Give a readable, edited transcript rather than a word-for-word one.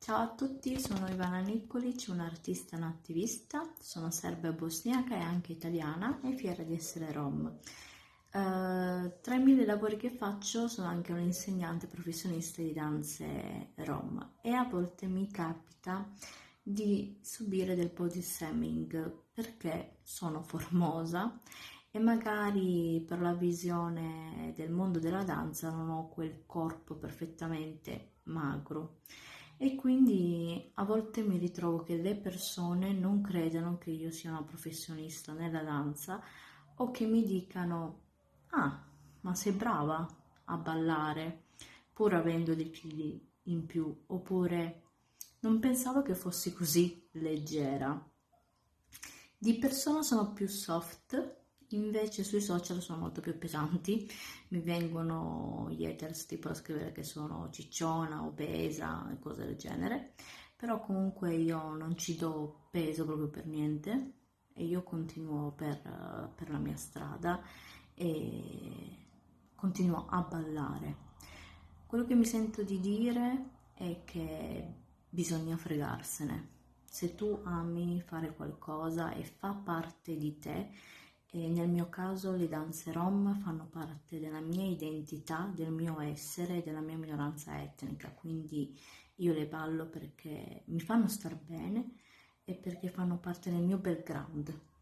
Ciao a tutti, sono Ivana Nikolic, un'artista e un'attivista, sono serba e bosniaca e anche italiana e fiera di essere rom. Tra i mille lavori che faccio sono anche un'insegnante professionista di danze rom e a volte mi capita di subire del body shaming perché sono formosa e magari per la visione del mondo della danza non ho quel corpo perfettamente magro e quindi a volte mi ritrovo che le persone non credano che io sia una professionista nella danza o che mi dicano: ah, ma sei brava a ballare pur avendo dei chili in più, oppure non pensavo che fossi così leggera. Di persona sono più soft, invece sui social sono molto più pesanti. Mi vengono gli haters tipo a scrivere che sono cicciona, obesa e cose del genere, però comunque io non ci do peso proprio per niente e io continuo per la mia strada e continuo a ballare. Quello che mi sento di dire è che bisogna fregarsene. Se tu ami fare qualcosa e fa parte di te, e nel mio caso le danze rom fanno parte della mia identità, del mio essere e della mia minoranza etnica, quindi io le ballo perché mi fanno star bene e perché fanno parte del mio background.